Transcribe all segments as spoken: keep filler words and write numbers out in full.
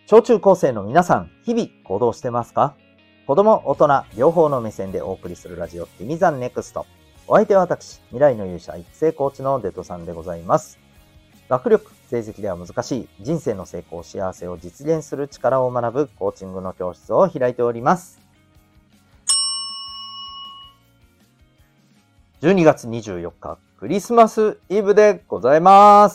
小中高生の皆さん、日々行動してますか？子供、大人、両方の目線でお送りするラジオ、君ザネクスト。お相手は私、未来の勇者育成コーチのデトさんでございます。学力、成績では難しい人生の成功、幸せを実現する力を学ぶコーチングの教室を開いております。じゅうにがつにじゅうよっか、クリスマスイブでございます。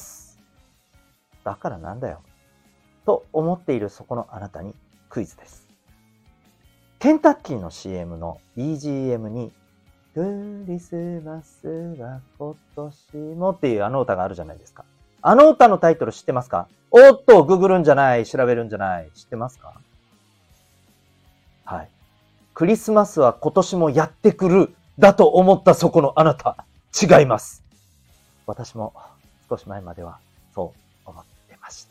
だからなんだよと思っているそこのあなたにクイズです。ケンタッキーの シーエム の ビージーエム にクリスマスは今年もっていうあの歌があるじゃないですか。あの歌のタイトル知ってますか？おっと、ググるんじゃない、調べるんじゃない、知ってますか？はい。クリスマスは今年もやってくるだと思ったそこのあなた、違います。私も少し前まではそう思ってました。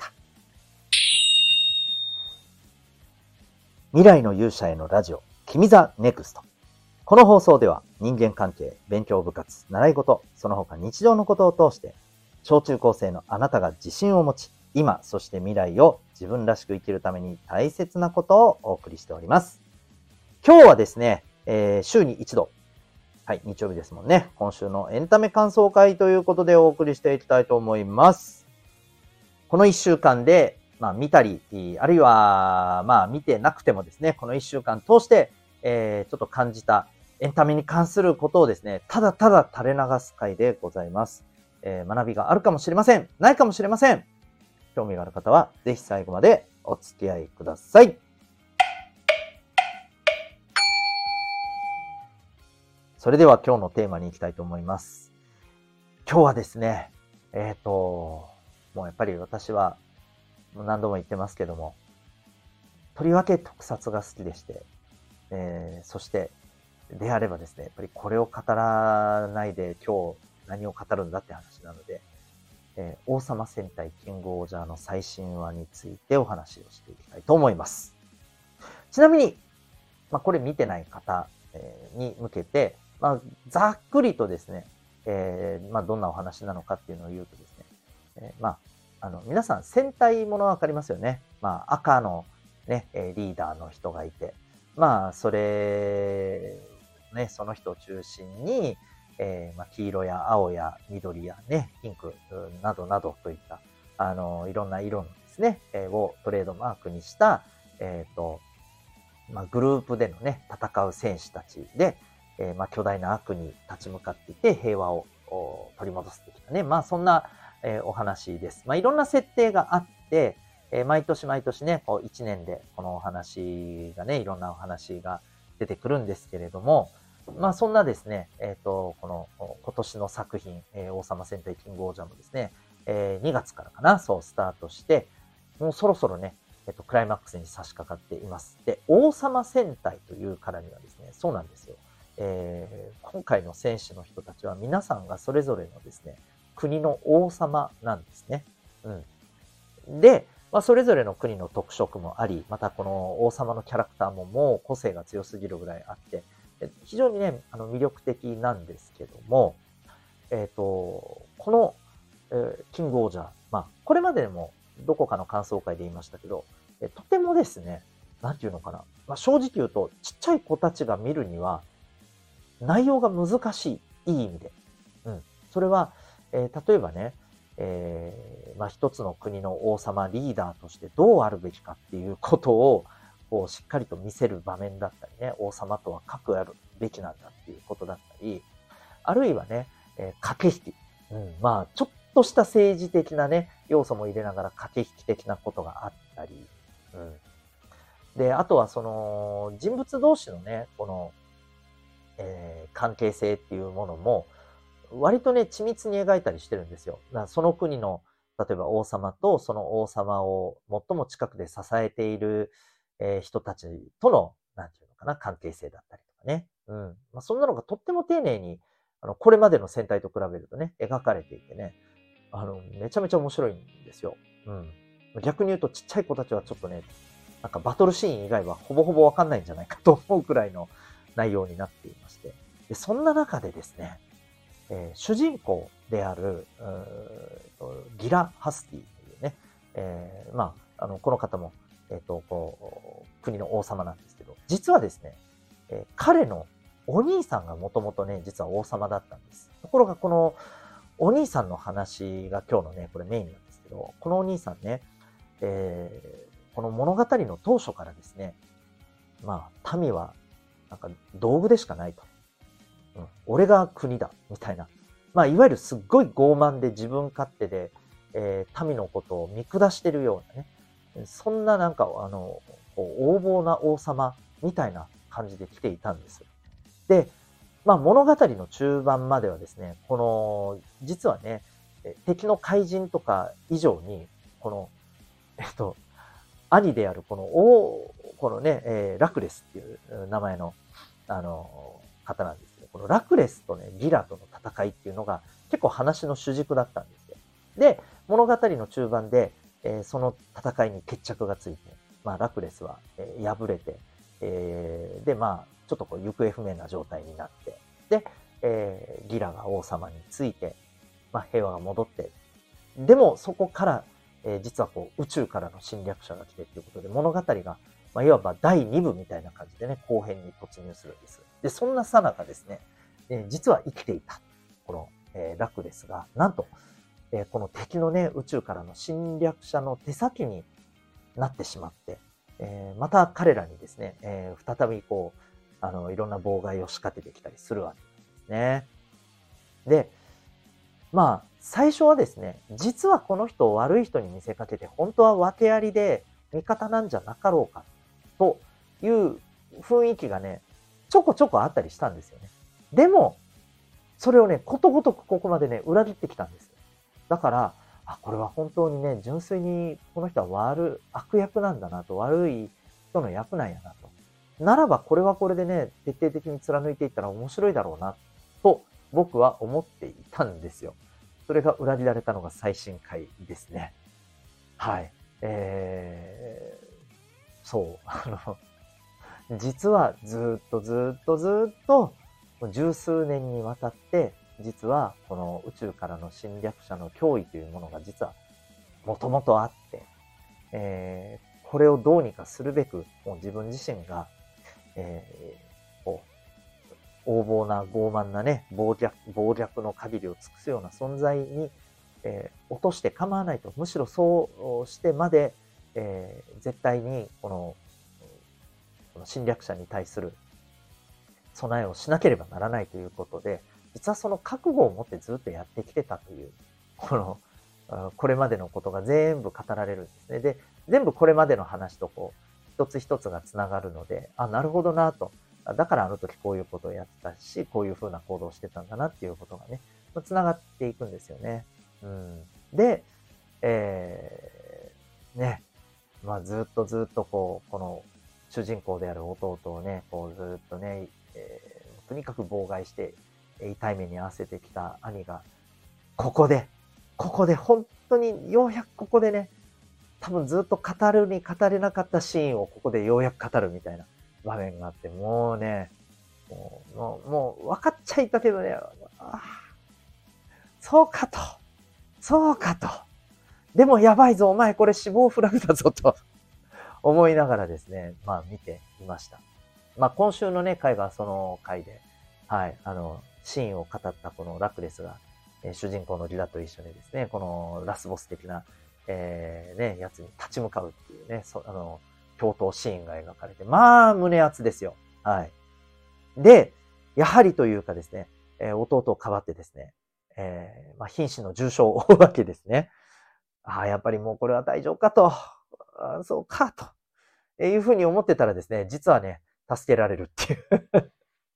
未来の勇者へのラジオ、君ザネクスト。この放送では人間関係、勉強部活、習い事、その他日常のことを通して、小中高生のあなたが自信を持ち、今、そして未来を自分らしく生きるために大切なことをお送りしております。今日はですね、えー、週に一度、はい、日曜日ですもんね。今週のエンタメ感想会ということでお送りしていきたいと思います。この一週間で、まあ見たり、あるいは、まあ見てなくてもですね、この一週間通して、えー、ちょっと感じたエンタメに関することをですね、ただただ垂れ流す回でございます。えー、学びがあるかもしれません。ないかもしれません。興味がある方は、ぜひ最後までお付き合いください。それでは今日のテーマに行きたいと思います。今日はですね、えっと、もうやっぱり私は何度も言ってますけども、とりわけ特撮が好きでして、えー、そしてであればですね、やっぱりこれを語らないで今日何を語るんだって話なので、えー、王様戦隊キングオージャーの最新話についてお話をしていきたいと思います。ちなみに、まあ、これ見てない方、えー、に向けて、まあ、ざっくりとですね、えーまあ、どんなお話なのかっていうのを言うとですね、えー、まあ、あの皆さん戦隊ものわかりますよね。まあ、赤の、ね、リーダーの人がいて、まあ、それ、ね、その人を中心に、えーまあ、黄色や青や緑やね、ピンクなどなどといった、あの、いろんな色のですね、えー、をトレードマークにした、えっと、まあ、グループでのね、戦う戦士たちで、えーまあ、巨大な悪に立ち向かっていて平和を取り戻す的なね、まあ、そんな、えー、お話です。まあ、いろんな設定があって、えー、毎年毎年ね、こういちねんでこのお話がね、いろんなお話が出てくるんですけれども、まあそんなですね、えっと、この今年の作品、えー、王様戦隊キングオージャーもですね、えー、にがつからかな、そうスタートして、もうそろそろね、えっと、クライマックスに差し掛かっています。で、王様戦隊というからにはですね、そうなんですよ。えー、今回の戦士の人たちは皆さんがそれぞれのですね、国の王様なんですね。うん。で、まあ、それぞれの国の特色もあり、またこの王様のキャラクターももう個性が強すぎるぐらいあって、非常にね、あの魅力的なんですけども、えっと、この、えー、キングオージャー、まあ、これまでもどこかの感想会で言いましたけど、えとてもですね、なんていうのかな、まあ、正直言うと、ちっちゃい子たちが見るには、内容が難しい、いい意味で。うん。それは、えー、例えばね、えー、まあ、一つの国の王様、リーダーとしてどうあるべきかっていうことを、こう、しっかりと見せる場面だったりね、王様とは核あるべきなんだっていうことだったり、あるいはね、えー、駆け引き。うん、まあ、ちょっとした政治的なね、要素も入れながら駆け引き的なことがあったり、うん。で、あとはその、人物同士のね、この、えー、関係性っていうものも、割とね、緻密に描いたりしてるんですよ。だからその国の、例えば王様とその王様を最も近くで支えている、えー、人たちとの、なんていうのかな、関係性だったりとかね。うん。まあ、そんなのがとっても丁寧に、あの、これまでの戦隊と比べるとね、描かれていてね、あの、めちゃめちゃ面白いんですよ。うん。逆に言うとちっちゃい子たちはちょっとね、なんかバトルシーン以外はほぼほぼわかんないんじゃないかと思うくらいの内容になっていまして。で、そんな中でですね、えー、主人公である、ギラ・ハスティというね、えー、まあ、あの、この方もえっと、こう、国の王様なんですけど、実はですね、えー彼のお兄さんがもともとね、実は王様だったんです。ところがこのお兄さんの話が今日のね、これメインなんですけど、このお兄さんね、えーこの物語の当初からですね、まあ、民はなんか道具でしかないと。うん、俺が国だ、みたいな。まあ、いわゆるすっごい傲慢で自分勝手で、えー民のことを見下してるようなね、そんななんか、あの、こう横暴な王様みたいな感じで来ていたんです。で、まあ、物語の中盤まではですね、この、実はね、え敵の怪人とか以上に、この、えっと、兄であるこの王、このね、えーラクレスっていう名前の、あの、方なんですけど、このラクレスとね、ギラとの戦いっていうのが結構話の主軸だったんですよ。で、物語の中盤で、えーその戦いに決着がついて、まあ、ラクレスは、えー敗れて、えーで、まあ、ちょっとこう行方不明な状態になって、で、えーギラが王様について、まあ、平和が戻って、でもそこから、えー実はこう宇宙からの侵略者が来てっていうことで物語が、まあ、いわばだいに部みたいな感じでね、後編に突入するんです。で、そんなさなかですね、えー実は生きていた、この、えーラクレスが、なんと、えーこの敵のね、宇宙からの侵略者の手先になってしまって、えーまた彼らにですね、えー再びこう、あの、いろんな妨害を仕掛けてきたりするわけですね。で、まあ、最初はですね、実はこの人を悪い人に見せかけて、本当は訳ありで味方なんじゃなかろうか、という雰囲気がね、ちょこちょこあったりしたんですよね。でも、それをね、ことごとくここまでね、裏切ってきたんです。だから、あ、これは本当にね、純粋にこの人は悪、悪役なんだなと、悪い人の役なんやなと。ならば、これはこれでね、徹底的に貫いていったら面白いだろうな、と僕は思っていたんですよ。それが裏切られたのが最新回ですね。はい。えー、そう。あの、実はずっとずっとずっと、十数年にわたって、実はこの宇宙からの侵略者の脅威というものが実はもともとあって、えー、これをどうにかするべく、もう自分自身が、えー、こう横暴な傲慢なね、暴虐、暴虐の限りを尽くすような存在に、えー落として構わないと。むしろそうしてまで、えー絶対にこの、この侵略者に対する備えをしなければならないということで、実はその覚悟を持ってずっとやってきてたという、この、あこれまでのことが全部語られるんですね。で、全部これまでの話とこう、一つ一つがつながるので、あ、なるほどなと。あだからあの時こういうことをやってたし、こういう風な行動をしてたんだなっていうことがね、つながっていくんですよね。うん。で、えー、ね、まあずっとずっとこう、この主人公である弟をね、こうずっとね、えーとにかく妨害して、えー痛い目に遭わせてきた兄が、ここで、ここで本当にようやくここでね、多分ずっと語るに語れなかったシーンをここでようやく語るみたいな場面があって、もうね、もう、もう、もう分かっちゃいたけどね、あそうかと、そうかと。でもやばいぞ、お前これ死亡フラグだぞと思いながらですね、まあ見ていました。まあ今週のね、回がその回で、はい、あの、シーンを語ったこのラクレスが、えー主人公のリラと一緒にですね、このラスボス的な、えー、ね、やつに立ち向かうっていうね、そあの、共闘シーンが描かれて、まあ胸熱ですよ。はい。で、やはりというかですね、えー弟をかばってですね、えー、まあ瀕死の重傷を負うわけですね。ああ、やっぱりもうこれは大丈夫かと、あそうかと、えいうふうに思ってたらですね、実はね、助けられるっていう。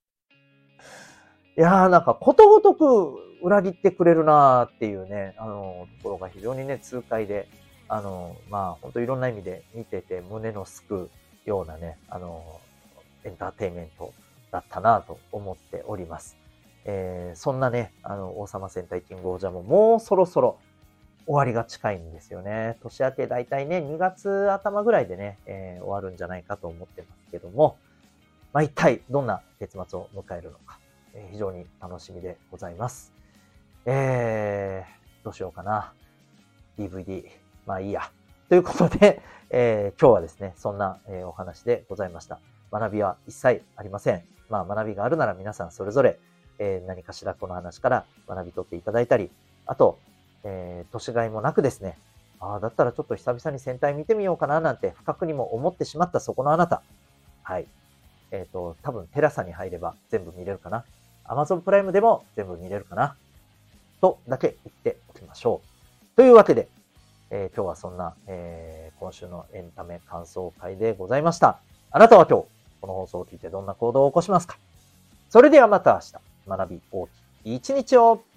いやー、なんかことごとく裏切ってくれるなーっていうね、あの、ところが非常にね、痛快で、あの、まあ、ほんといろんな意味で見てて胸のすくようなね、あの、エンターテインメントだったなと思っております。えー、そんなね、あの、王様戦隊キングオージャーももうそろそろ終わりが近いんですよね。年明けだいたいね、にがつ頭ぐらいでね、えー終わるんじゃないかと思ってますけども、まあ、一体どんな結末を迎えるのか、えー非常に楽しみでございます。えー、どうしようかな。ディーブイディー。まあいいや。 ということで、えー、今日はですね、そんな、えー、お話でございました。学びは一切ありません。まあ学びがあるなら皆さんそれぞれ、えー、何かしらこの話から学び取っていただいたり、あと、えー、年がいもなくですね、ああ、だったらちょっと久々に戦隊見てみようかななんて不覚にも思ってしまったそこのあなた。はい。えっ、と、多分テラサに入れば全部見れるかな。Amazon プライムでも全部見れるかな。とだけ言っておきましょう。というわけで、えー、今日はそんな、えー、今週のエンタメ感想会でございました。あなたは今日、この放送を聞いてどんな行動を起こしますか？それではまた明日、学び大きい一日を